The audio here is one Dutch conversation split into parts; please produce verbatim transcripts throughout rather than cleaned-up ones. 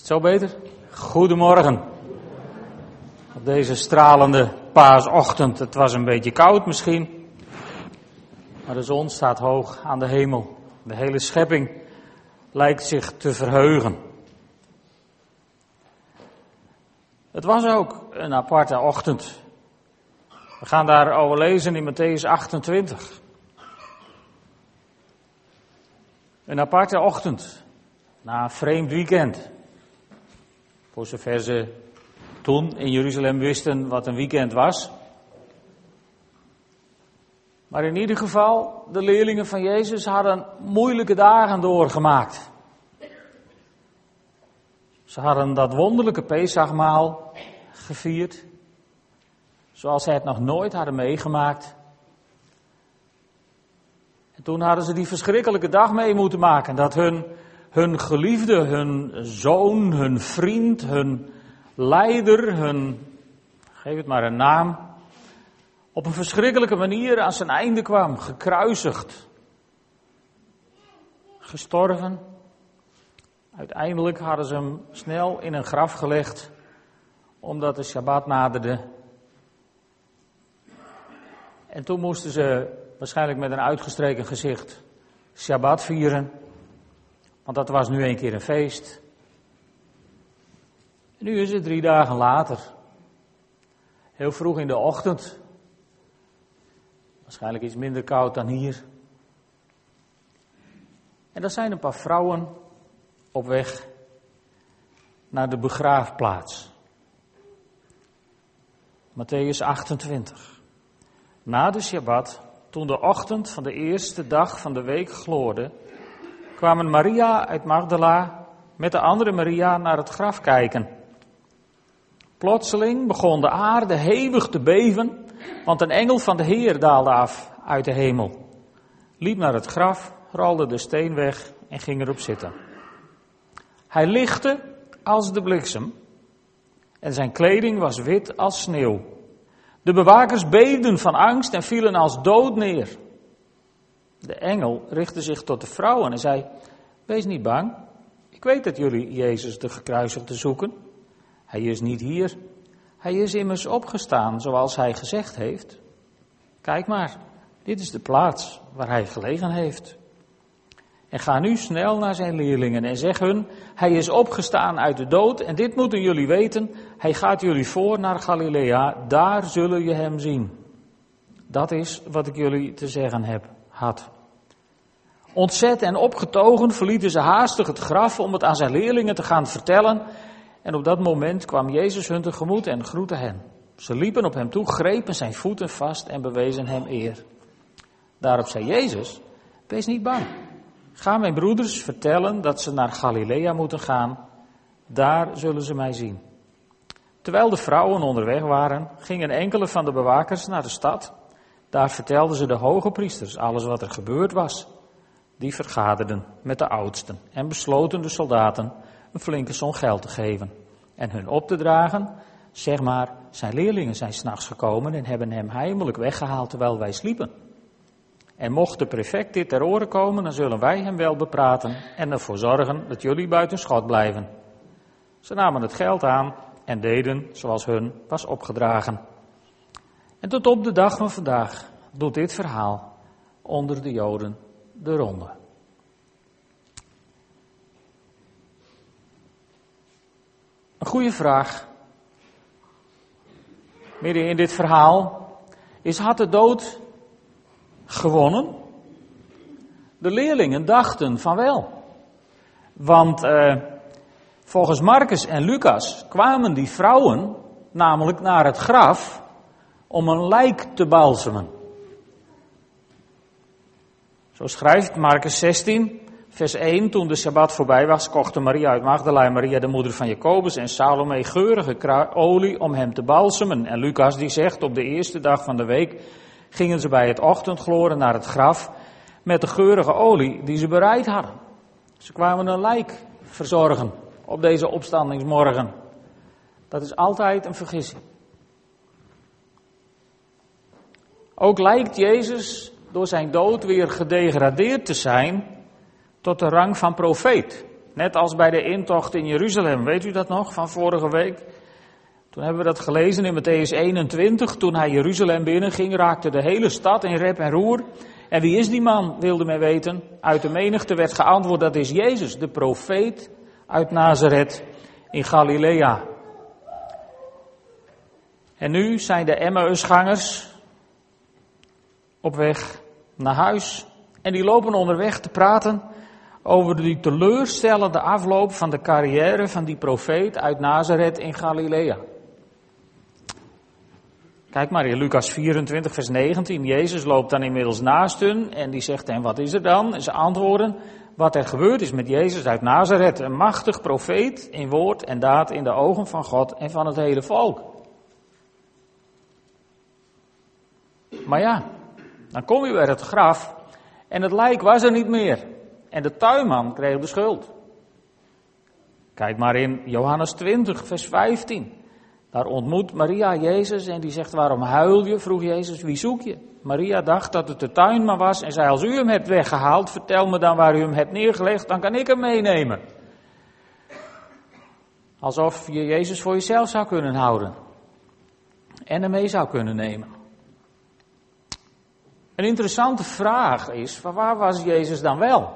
Zo beter? Goedemorgen. Op deze stralende paasochtend. Het was een beetje koud misschien. Maar de zon staat hoog aan de hemel. De hele schepping lijkt zich te verheugen. Het was ook een aparte ochtend. We gaan daarover lezen in Mattheüs achtentwintig. Een aparte ochtend. Na een vreemd weekend. Voor zover ze toen in Jeruzalem wisten wat een weekend was. Maar in ieder geval, de leerlingen van Jezus hadden moeilijke dagen doorgemaakt. Ze hadden dat wonderlijke Pesachmaal gevierd. Zoals zij het nog nooit hadden meegemaakt. En toen hadden ze die verschrikkelijke dag mee moeten maken. Dat hun, hun geliefde, hun zoon, hun vriend, hun leider, hun, geef het maar een naam, op een verschrikkelijke manier aan zijn einde kwam. Gekruisigd. Gestorven. Uiteindelijk hadden ze hem snel in een graf gelegd, omdat de Shabbat naderde. En toen moesten ze waarschijnlijk met een uitgestreken gezicht Shabbat vieren, want dat was nu een keer een feest. En nu is het drie dagen later, heel vroeg in de ochtend, waarschijnlijk iets minder koud dan hier. En er zijn een paar vrouwen op weg naar de begraafplaats. Mattheüs achtentwintig. Na de Shabbat, toen de ochtend van de eerste dag van de week gloorde, kwamen Maria uit Magdala met de andere Maria naar het graf kijken. Plotseling begon de aarde hevig te beven, want een engel van de Heer daalde af uit de hemel. Liep naar het graf, rolde de steen weg en ging erop zitten. Hij lichtte als de bliksem en zijn kleding was wit als sneeuw. De bewakers beefden van angst en vielen als dood neer. De engel richtte zich tot de vrouwen en zei: wees niet bang, ik weet dat jullie Jezus de gekruisigde zoeken. Hij is niet hier, hij is immers opgestaan zoals hij gezegd heeft. Kijk maar, dit is de plaats waar hij gelegen heeft. En ga nu snel naar zijn leerlingen en zeg hun: hij is opgestaan uit de dood en dit moeten jullie weten, hij gaat jullie voor naar Galilea, daar zullen je hem zien. Dat is wat ik jullie te zeggen heb, had. Ontzet en opgetogen verlieten ze haastig het graf om het aan zijn leerlingen te gaan vertellen. En op dat moment kwam Jezus hun tegemoet en groette hen. Ze liepen op hem toe, grepen zijn voeten vast en bewezen hem eer. Daarop zei Jezus: wees niet bang. Ga mijn broeders vertellen dat ze naar Galilea moeten gaan. Daar zullen ze mij zien. Terwijl de vrouwen onderweg waren, gingen enkele van de bewakers naar de stad. Daar vertelden ze de hoge priesters alles wat er gebeurd was. Die vergaderden met de oudsten en besloten de soldaten een flinke som geld te geven. En hun op te dragen: zeg maar, zijn leerlingen zijn 's nachts gekomen en hebben hem heimelijk weggehaald terwijl wij sliepen. En mocht de prefect dit ter oren komen, dan zullen wij hem wel bepraten en ervoor zorgen dat jullie buiten schot blijven. Ze namen het geld aan en deden zoals hun was opgedragen. En tot op de dag van vandaag doet dit verhaal onder de Joden de ronde. Een goede vraag, midden in dit verhaal, is: had de dood gewonnen? De leerlingen dachten van wel. Want eh, volgens Marcus en Lucas kwamen die vrouwen namelijk naar het graf om een lijk te balsemen. Zo schrijft Marcus zestien, vers één. Toen de Shabbat voorbij was, kochten Maria uit Magdala en Maria de moeder van Jacobus en Salome geurige olie om hem te balsemen. En Lucas die zegt: op de eerste dag van de week gingen ze bij het ochtendgloren naar het graf met de geurige olie die ze bereid hadden. Ze kwamen een lijk verzorgen op deze opstandingsmorgen. Dat is altijd een vergissing. Ook lijkt Jezus door zijn dood weer gedegradeerd te zijn tot de rang van profeet. Net als bij de intocht in Jeruzalem. Weet u dat nog van vorige week? Toen hebben we dat gelezen in Mattheüs eenentwintig. Toen hij Jeruzalem binnenging, raakte de hele stad in rep en roer. En wie is die man, wilde men weten. Uit de menigte werd geantwoord, dat is Jezus, de profeet uit Nazareth in Galilea. En nu zijn de Emmausgangers op weg naar huis. En die lopen onderweg te praten over die teleurstellende afloop van de carrière van die profeet uit Nazareth in Galilea. Kijk maar in Lucas vierentwintig vers negentien. Jezus loopt dan inmiddels naast hun en die zegt hen, wat is er dan? En ze antwoorden, wat er gebeurd is met Jezus uit Nazareth. Een machtig profeet in woord en daad in de ogen van God en van het hele volk. Maar ja, dan kom je bij het graf en het lijk was er niet meer. En de tuinman kreeg de schuld. Kijk maar in Johannes twintig, vers vijftien. Daar ontmoet Maria Jezus en die zegt, waarom huil je? Vroeg Jezus, wie zoek je? Maria dacht dat het de tuinman was en zei, als u hem hebt weggehaald, vertel me dan waar u hem hebt neergelegd, dan kan ik hem meenemen. Alsof je Jezus voor jezelf zou kunnen houden. En hem mee zou kunnen nemen. Een interessante vraag is, van waar was Jezus dan wel?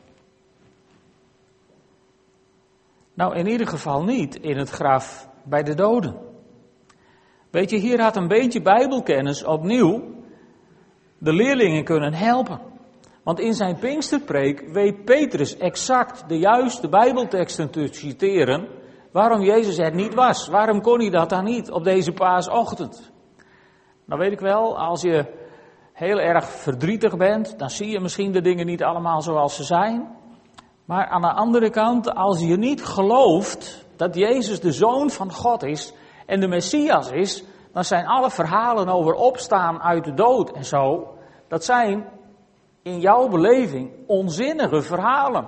Nou, in ieder geval niet in het graf bij de doden. Weet je, hier had een beetje bijbelkennis opnieuw de leerlingen kunnen helpen. Want in zijn Pinksterpreek weet Petrus exact de juiste bijbelteksten te citeren waarom Jezus er niet was. Waarom kon hij dat dan niet op deze paasochtend? Nou weet ik wel, als je heel erg verdrietig bent, dan zie je misschien de dingen niet allemaal zoals ze zijn. Maar aan de andere kant, als je niet gelooft dat Jezus de Zoon van God is en de Messias is, dan zijn alle verhalen over opstaan uit de dood en zo, dat zijn in jouw beleving onzinnige verhalen.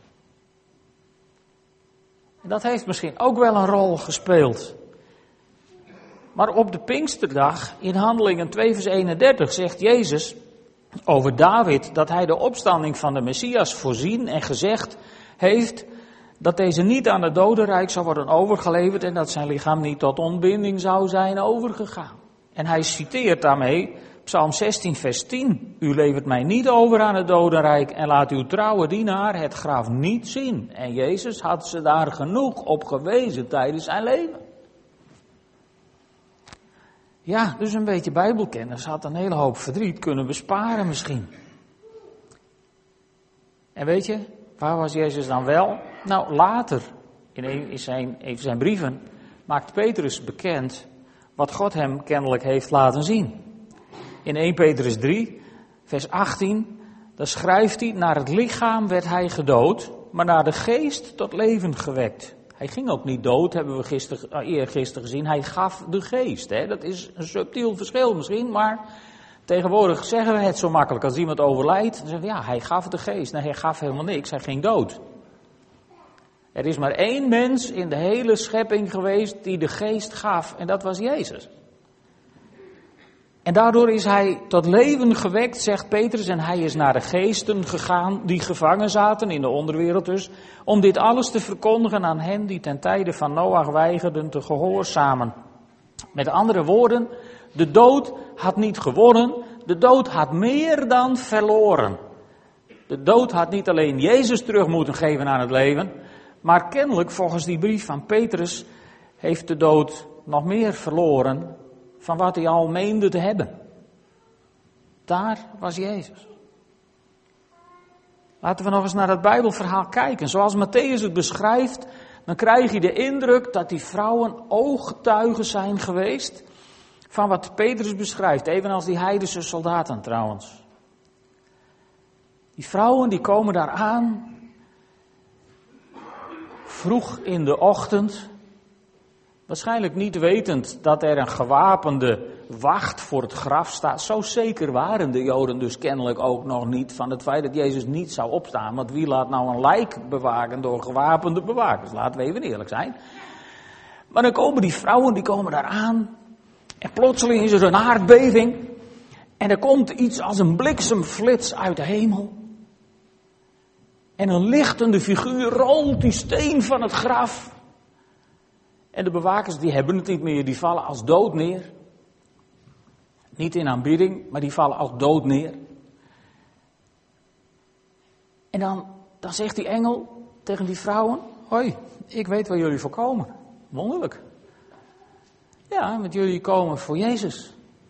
En dat heeft misschien ook wel een rol gespeeld. Maar op de Pinksterdag in Handelingen twee vers eenendertig zegt Jezus over David dat hij de opstanding van de Messias voorzien en gezegd heeft dat deze niet aan het dodenrijk zou worden overgeleverd en dat zijn lichaam niet tot ontbinding zou zijn overgegaan. En hij citeert daarmee Psalm zestien vers tien. U levert mij niet over aan het dodenrijk en laat uw trouwe dienaar het graf niet zien. En Jezus had ze daar genoeg op gewezen tijdens zijn leven. Ja, dus een beetje bijbelkennis had een hele hoop verdriet kunnen besparen misschien. En weet je, waar was Jezus dan wel? Nou, later, in zijn, in zijn brieven, maakt Petrus bekend wat God hem kennelijk heeft laten zien. In eerste Petrus drie, vers achttien, daar schrijft hij, naar het lichaam werd hij gedood, maar naar de geest tot leven gewekt. Hij ging ook niet dood, hebben we gister, eergisteren gezien. Hij gaf de geest. Hè? Dat is een subtiel verschil misschien, maar tegenwoordig zeggen we het zo makkelijk. Als iemand overlijdt, dan zeggen we ja, hij gaf de geest. Nee, hij gaf helemaal niks, hij ging dood. Er is maar één mens in de hele schepping geweest die de geest gaf en dat was Jezus. En daardoor is hij tot leven gewekt, zegt Petrus, en hij is naar de geesten gegaan die gevangen zaten in de onderwereld dus, om dit alles te verkondigen aan hen die ten tijde van Noach weigerden te gehoorzamen. Met andere woorden, de dood had niet gewonnen, de dood had meer dan verloren. De dood had niet alleen Jezus terug moeten geven aan het leven, maar kennelijk volgens die brief van Petrus heeft de dood nog meer verloren van wat hij al meende te hebben. Daar was Jezus. Laten we nog eens naar dat Bijbelverhaal kijken. Zoals Mattheüs het beschrijft, dan krijg je de indruk dat die vrouwen ooggetuigen zijn geweest van wat Petrus beschrijft. Evenals die heidense soldaten trouwens. Die vrouwen die komen daar aan, vroeg in de ochtend, waarschijnlijk niet wetend dat er een gewapende wacht voor het graf staat. Zo zeker waren de Joden dus kennelijk ook nog niet van het feit dat Jezus niet zou opstaan. Want wie laat nou een lijk bewaken door gewapende bewakers? Laten we even eerlijk zijn. Maar dan komen die vrouwen, die komen daar aan. En plotseling is er een aardbeving. En er komt iets als een bliksemflits uit de hemel. En een lichtende figuur rolt die steen van het graf. En de bewakers die hebben het niet meer, die vallen als dood neer. Niet in aanbidding, maar die vallen als dood neer. En dan, dan zegt die engel tegen die vrouwen: hoi, ik weet waar jullie voor komen. Wonderlijk. Ja, want jullie komen voor Jezus.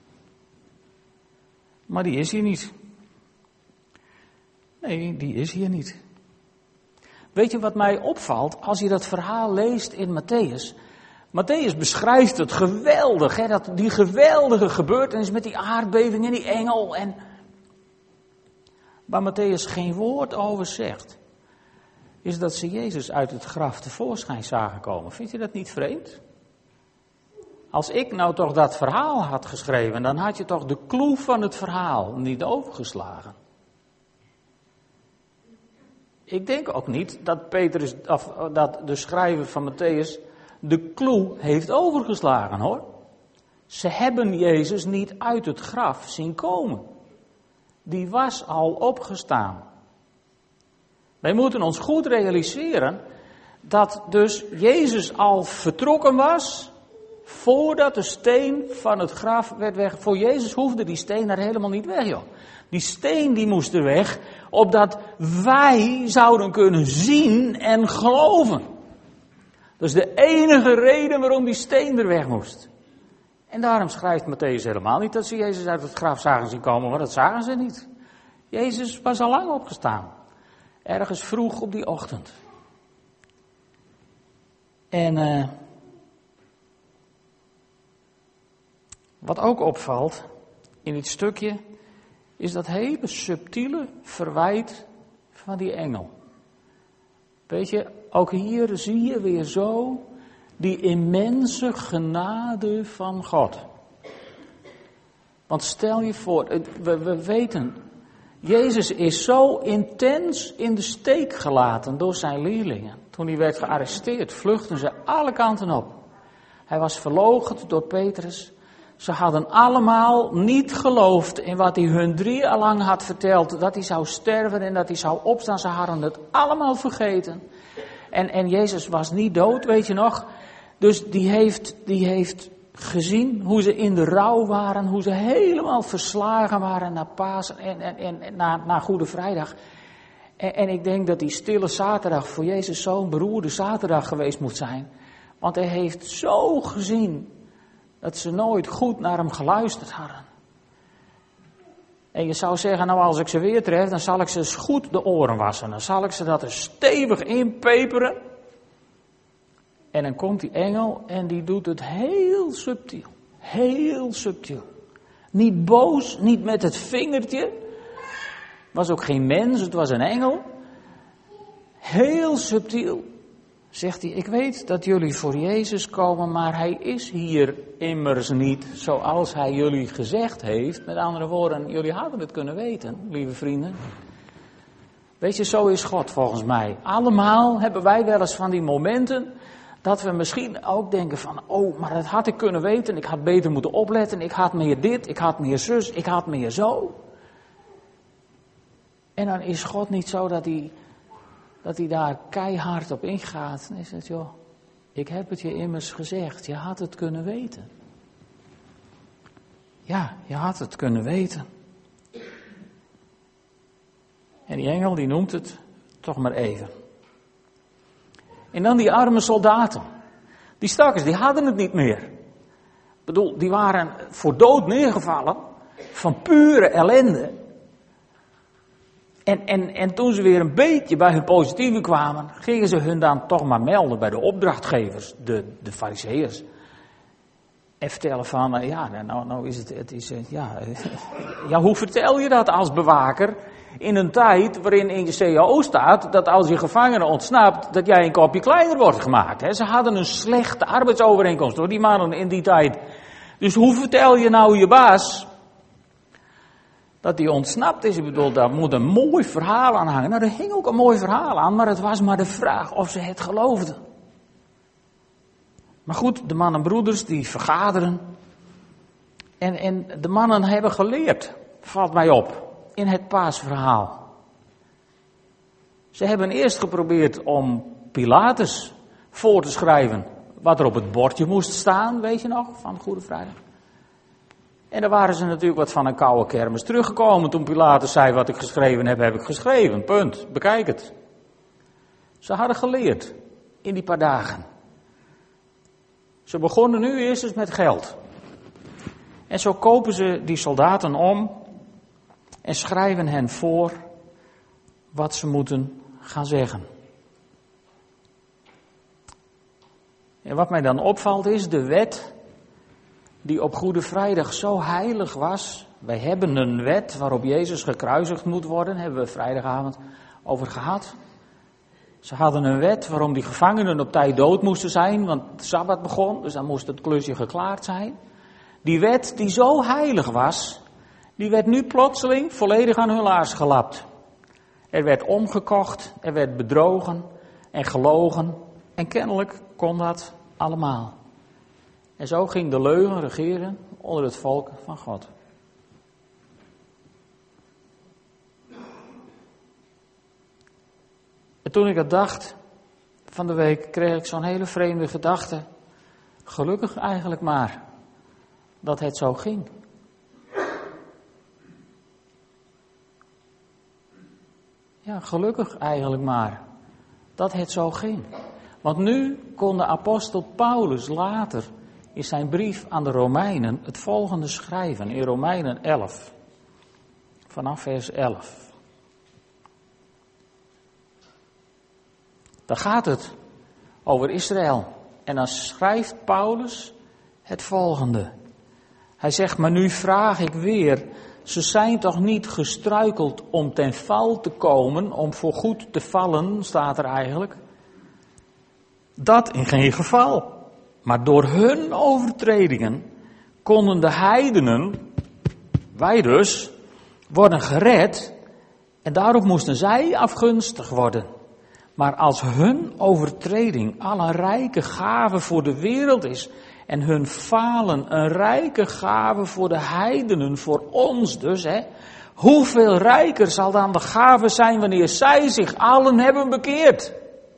Maar die is hier niet. Nee, die is hier niet. Weet je wat mij opvalt als je dat verhaal leest in Matthäus? Matthäus beschrijft het geweldig, hè, dat, die geweldige gebeurtenis met die aardbeving en die engel. En waar Matthäus geen woord over zegt, is dat ze Jezus uit het graf tevoorschijn zagen komen. Vind je dat niet vreemd? Als ik nou toch dat verhaal had geschreven, dan had je toch de clue van het verhaal niet overgeslagen. Ik denk ook niet dat, Petrus, of, dat de schrijver van Matthäus de clue heeft overgeslagen, hoor. Ze hebben Jezus niet uit het graf zien komen. Die was al opgestaan. Wij moeten ons goed realiseren dat dus Jezus al vertrokken was voordat de steen van het graf werd weg. Voor Jezus hoefde die steen daar helemaal niet weg, joh. Die steen die moest er weg, opdat wij zouden kunnen zien en geloven. Dat is de enige reden waarom die steen er weg moest. En daarom schrijft Matthäus helemaal niet dat ze Jezus uit het graf zagen zien komen, want dat zagen ze niet. Jezus was al lang opgestaan. Ergens vroeg op die ochtend. En uh, wat ook opvalt in dit stukje, is dat hele subtiele verwijt van die engel. Weet je, ook hier zie je weer zo die immense genade van God. Want stel je voor, we, we weten, Jezus is zo intens in de steek gelaten door zijn leerlingen. Toen hij werd gearresteerd, vluchtten ze alle kanten op. Hij was verloochend door Petrus. Ze hadden allemaal niet geloofd in wat hij hun drie jaar lang had verteld. Dat hij zou sterven en dat hij zou opstaan. Ze hadden het allemaal vergeten. En, en Jezus was niet dood, weet je nog. Dus die heeft, die heeft gezien hoe ze in de rouw waren. Hoe ze helemaal verslagen waren naar Pasen en, en, en, en naar, naar Goede Vrijdag. En, en ik denk dat die stille zaterdag voor Jezus zo'n beroerde zaterdag geweest moet zijn. Want hij heeft zo gezien dat ze nooit goed naar hem geluisterd hadden. En je zou zeggen, nou als ik ze weer tref, dan zal ik ze eens goed de oren wassen. Dan zal ik ze dat er stevig inpeperen. En dan komt die engel en die doet het heel subtiel. Heel subtiel. Niet boos, niet met het vingertje. Het was ook geen mens, het was een engel. Heel subtiel. Zegt hij, ik weet dat jullie voor Jezus komen, maar hij is hier immers niet zoals hij jullie gezegd heeft. Met andere woorden, jullie hadden het kunnen weten, lieve vrienden. Weet je, zo is God volgens mij. Allemaal hebben wij wel eens van die momenten dat we misschien ook denken van, oh, maar dat had ik kunnen weten. Ik had beter moeten opletten, ik had meer dit, ik had meer zus, ik had meer zo. En dan is God niet zo dat hij... dat hij daar keihard op ingaat. En hij zegt, joh, ik heb het je immers gezegd. Je had het kunnen weten. Ja, je had het kunnen weten. En die engel die noemt het toch maar even. En dan die arme soldaten. Die stakkers, die hadden het niet meer. Ik bedoel, die waren voor dood neergevallen. Van pure ellende. En, en, en toen ze weer een beetje bij hun positieve kwamen, gingen ze hun dan toch maar melden bij de opdrachtgevers, de, de fariseërs. En vertellen van, uh, ja, nou, nou is het, het is, uh, ja, uh, ja, hoe vertel je dat als bewaker in een tijd waarin in je C A O staat dat als je gevangene ontsnapt, dat jij een kopje kleiner wordt gemaakt. Hè? Ze hadden een slechte arbeidsovereenkomst door die mannen in die tijd. Dus hoe vertel je nou je baas dat die ontsnapt is? Ik bedoel, daar moet een mooi verhaal aan hangen. Nou, er hing ook een mooi verhaal aan, maar het was maar de vraag of ze het geloofden. Maar goed, de mannen en broeders die vergaderen. En, en de mannen hebben geleerd, valt mij op, in het paasverhaal. Ze hebben eerst geprobeerd om Pilatus voor te schrijven wat er op het bordje moest staan, weet je nog, van Goede Vrijdag. En daar waren ze natuurlijk wat van een koude kermis teruggekomen toen Pilatus zei: wat ik geschreven heb, heb ik geschreven, punt, bekijk het. Ze hadden geleerd in die paar dagen. Ze begonnen nu eerst eens met geld. En zo kopen ze die soldaten om en schrijven hen voor wat ze moeten gaan zeggen. En wat mij dan opvalt is de wet die op Goede Vrijdag zo heilig was. Wij hebben een wet waarop Jezus gekruisigd moet worden, hebben we vrijdagavond over gehad. Ze hadden een wet waarom die gevangenen op tijd dood moesten zijn, want de Sabbat begon, dus dan moest het klusje geklaard zijn. Die wet die zo heilig was, die werd nu plotseling volledig aan hun laars gelapt. Er werd omgekocht, er werd bedrogen en gelogen en kennelijk kon dat allemaal. En zo ging de leugen regeren onder het volk van God. En toen ik dat dacht, van de week kreeg ik zo'n hele vreemde gedachte. Gelukkig eigenlijk maar dat het zo ging. Ja, gelukkig eigenlijk maar dat het zo ging. Want nu kon de apostel Paulus later in zijn brief aan de Romeinen het volgende schrijven. In Romeinen elf, vanaf vers elf. Daar gaat het over Israël. En dan schrijft Paulus het volgende. Hij zegt: maar nu vraag ik weer, ze zijn toch niet gestruikeld om ten val te komen, om voorgoed te vallen, staat er eigenlijk. Dat in geen geval. Maar door hun overtredingen konden de heidenen, wij dus, worden gered. En daarop moesten zij afgunstig worden. Maar als hun overtreding al een rijke gave voor de wereld is en hun falen een rijke gave voor de heidenen, voor ons dus, hè, hoeveel rijker zal dan de gave zijn wanneer zij zich allen hebben bekeerd?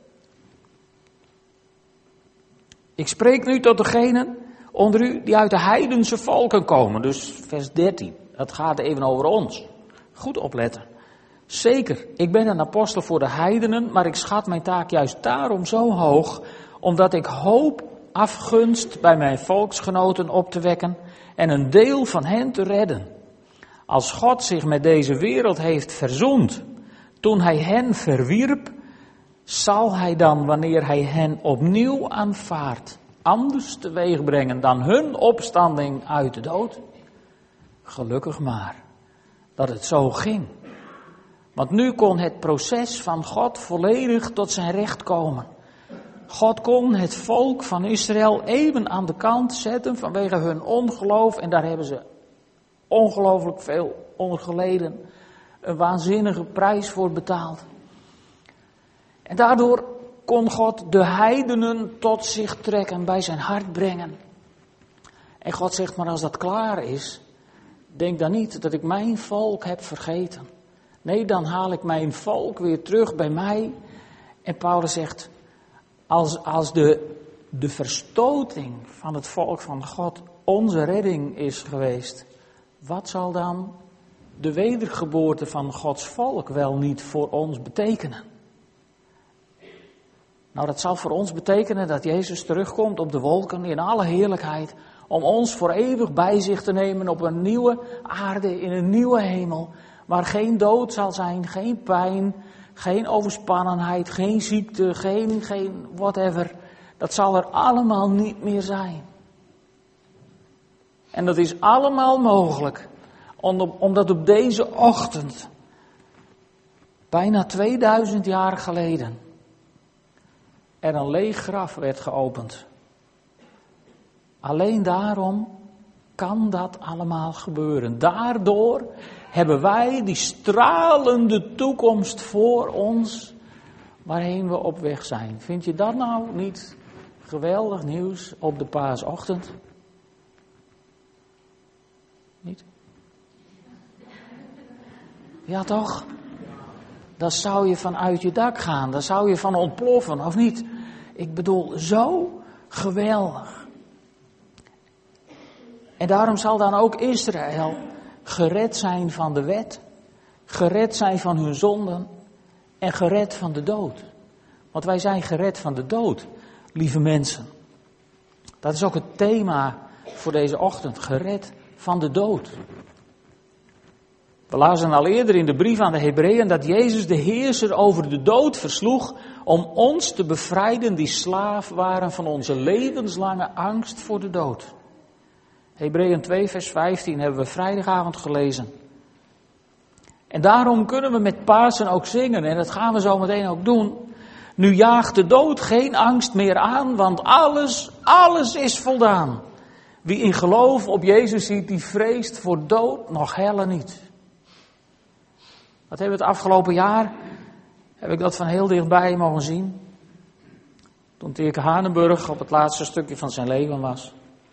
Ik spreek nu tot degenen onder u die uit de heidense volken komen, dus vers dertien, dat gaat even over ons. Goed opletten. Zeker, ik ben een apostel voor de heidenen, maar ik schat mijn taak juist daarom zo hoog, omdat ik hoop afgunst bij mijn volksgenoten op te wekken en een deel van hen te redden. Als God zich met deze wereld heeft verzoend, toen hij hen verwierp, zal hij dan, wanneer hij hen opnieuw aanvaardt, anders teweeg brengen dan hun opstanding uit de dood? Gelukkig maar dat het zo ging. Want nu kon het proces van God volledig tot zijn recht komen. God kon het volk van Israël even aan de kant zetten vanwege hun ongeloof. En daar hebben ze ongelooflijk veel onder geleden. Een waanzinnige prijs voor betaald. En daardoor kon God de heidenen tot zich trekken, bij zijn hart brengen. En God zegt: maar als dat klaar is, denk dan niet dat ik mijn volk heb vergeten. Nee, dan haal ik mijn volk weer terug bij mij. En Paulus zegt, als, als de, de verstoting van het volk van God onze redding is geweest, wat zal dan de wedergeboorte van Gods volk wel niet voor ons betekenen? Nou, dat zal voor ons betekenen dat Jezus terugkomt op de wolken in alle heerlijkheid, om ons voor eeuwig bij zich te nemen op een nieuwe aarde, in een nieuwe hemel, waar geen dood zal zijn, geen pijn, geen overspannenheid, geen ziekte, geen, geen whatever. Dat zal er allemaal niet meer zijn. En dat is allemaal mogelijk, omdat op deze ochtend, bijna tweeduizend jaar geleden, er een leeg graf werd geopend. Alleen daarom kan dat allemaal gebeuren. Daardoor hebben wij die stralende toekomst voor ons, waarheen we op weg zijn. Vind je dat nou niet geweldig nieuws op de paasochtend? Niet? Ja, toch? daar zou je van uit je dak gaan. Daar zou je van ontploffen, of niet? Ik bedoel, zo geweldig. En daarom zal dan ook Israël gered zijn van de wet, gered zijn van hun zonden en gered van de dood. Want wij zijn gered van de dood, lieve mensen. Dat is ook het thema voor deze ochtend, gered van de dood. We lazen al eerder in de brief aan de Hebreeën dat Jezus de heerser over de dood versloeg om ons te bevrijden die slaaf waren van onze levenslange angst voor de dood. Hebreeën twee vers vijftien hebben we vrijdagavond gelezen. En daarom kunnen we met Pasen ook zingen, en dat gaan we zo meteen ook doen. Nu jaagt de dood geen angst meer aan, want alles, alles is voldaan. Wie in geloof op Jezus ziet, die vreest voor dood nog helle niet. Wat hebben we het afgelopen jaar, heb ik dat van heel dichtbij mogen zien. Toen Tierke Hanenburg op het laatste stukje van zijn leven was.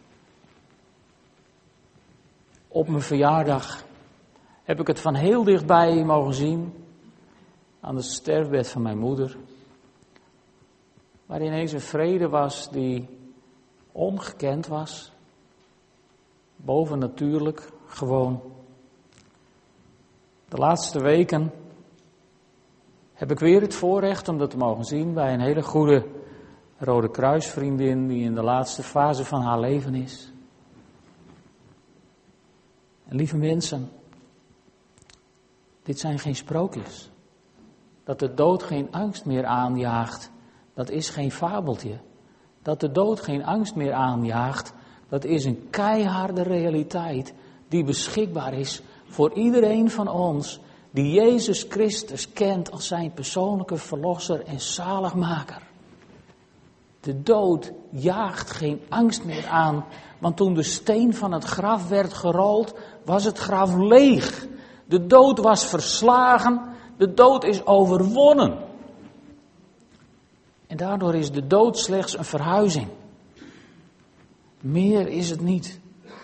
Op mijn verjaardag heb ik het van heel dichtbij mogen zien. Aan het sterfbed van mijn moeder. Waar ineens een vrede was die ongekend was. Bovennatuurlijk, gewoon. De laatste weken heb ik weer het voorrecht om dat te mogen zien bij een hele goede Rode Kruisvriendin die in de laatste fase van haar leven is. En lieve mensen, dit zijn geen sprookjes. Dat de dood geen angst meer aanjaagt, dat is geen fabeltje. Dat de dood geen angst meer aanjaagt, dat is een keiharde realiteit die beschikbaar is voor iedereen van ons die Jezus Christus kent als zijn persoonlijke verlosser en zaligmaker. De dood jaagt geen angst meer aan, want toen de steen van het graf werd gerold, was het graf leeg. De dood was verslagen, de dood is overwonnen. En daardoor is de dood slechts een verhuizing. Meer is het niet.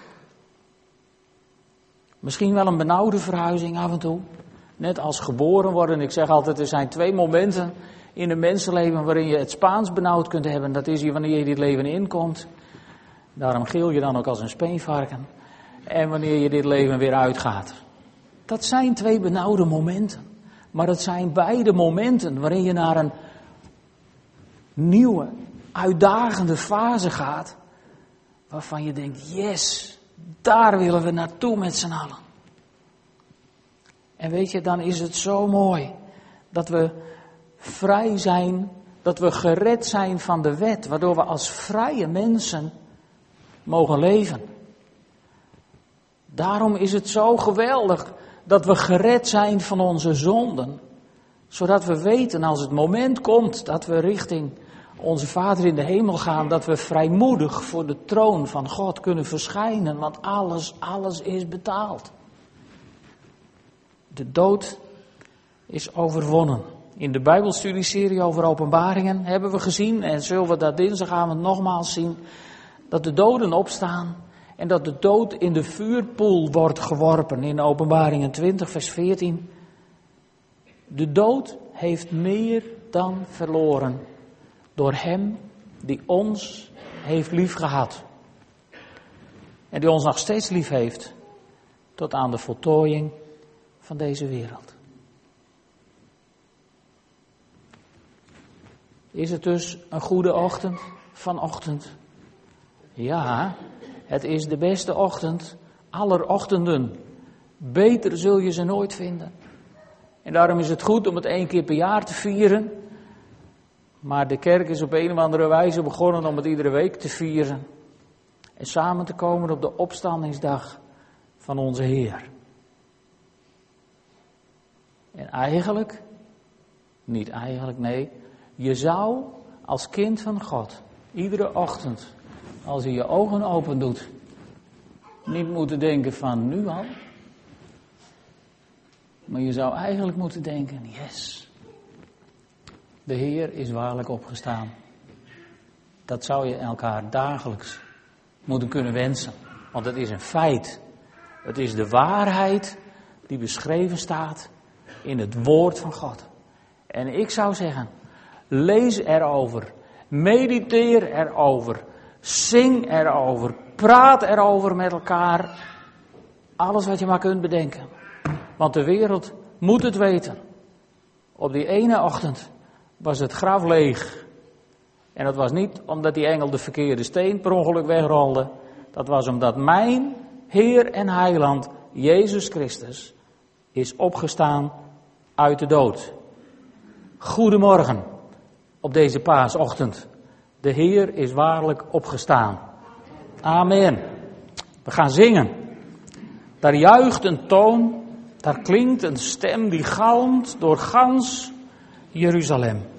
Misschien wel een benauwde verhuizing af en toe. Net als geboren worden. Ik zeg altijd, er zijn twee momenten in een mensenleven waarin je het Spaans benauwd kunt hebben. Dat is wanneer je dit leven inkomt. Daarom geel je dan ook als een speenvarken. En wanneer je dit leven weer uitgaat. Dat zijn twee benauwde momenten. Maar het zijn beide momenten waarin je naar een nieuwe, uitdagende fase gaat. Waarvan je denkt, yes, daar willen we naartoe met z'n allen. En weet je, dan is het zo mooi dat we vrij zijn, dat we gered zijn van de wet, waardoor we als vrije mensen mogen leven. Daarom is het zo geweldig dat we gered zijn van onze zonden, zodat we weten als het moment komt dat we richting onze Vader in de hemel gaan, dat we vrijmoedig voor de troon van God kunnen verschijnen, want alles, alles is betaald. De dood is overwonnen. In de Bijbelstudieserie over Openbaringen hebben we gezien, en zullen we dat dinsdagavond nogmaals zien, dat de doden opstaan en dat de dood in de vuurpoel wordt geworpen in Openbaringen twintig vers veertien. De dood heeft meer dan verloren door hem die ons heeft liefgehad. En die ons nog steeds lief heeft tot aan de voltooiing van deze wereld. Is het dus een goede ochtend vanochtend? Ja, het is de beste ochtend aller ochtenden. Beter zul je ze nooit vinden. En daarom is het goed om het één keer per jaar te vieren. Maar de kerk is op een of andere wijze begonnen om het iedere week te vieren. En samen te komen op de opstandingsdag van onze Heer. En eigenlijk, niet eigenlijk, nee, je zou als kind van God iedere ochtend, als je je ogen open doet, niet moeten denken van nu al. Maar je zou eigenlijk moeten denken, yes, de Heer is waarlijk opgestaan. Dat zou je elkaar dagelijks moeten kunnen wensen. Want het is een feit. Het is de waarheid die beschreven staat in het woord van God. En ik zou zeggen, lees erover, mediteer erover, zing erover, praat erover met elkaar. Alles wat je maar kunt bedenken. Want de wereld moet het weten. Op die ene ochtend was het graf leeg. En dat was niet omdat die engel de verkeerde steen per ongeluk wegrolde. Dat was omdat mijn Heer en Heiland, Jezus Christus, is opgestaan uit de dood. Goedemorgen op deze paasochtend. De Heer is waarlijk opgestaan. Amen. We gaan zingen. Daar juicht een toon, daar klinkt een stem die galmt door gans Jeruzalem.